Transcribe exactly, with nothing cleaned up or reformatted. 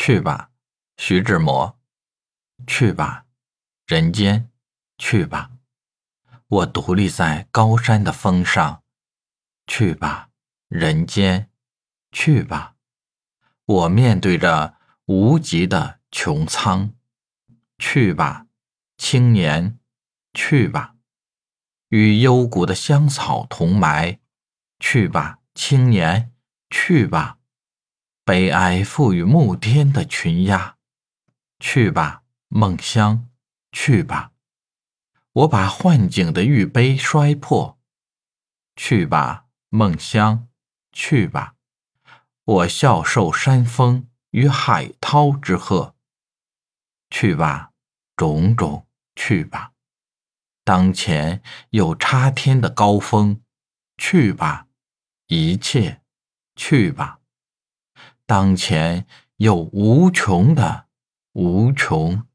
去吧，徐志摩。去吧，人间，去吧。我独立在高山的峰上。去吧，人间，去吧。我面对着无极的穹苍。去吧，青年，去吧。与幽谷的香草同埋。去吧，青年，去吧。悲哀赋予暮天的群鸦。去吧，梦乡，去吧。我把幻境的玉杯摔破。去吧，梦乡，去吧。我笑受山峰与海涛之鹤。去吧，种种，去吧。当前有插天的高峰。去吧，一切，去吧。当前有无穷的无穷。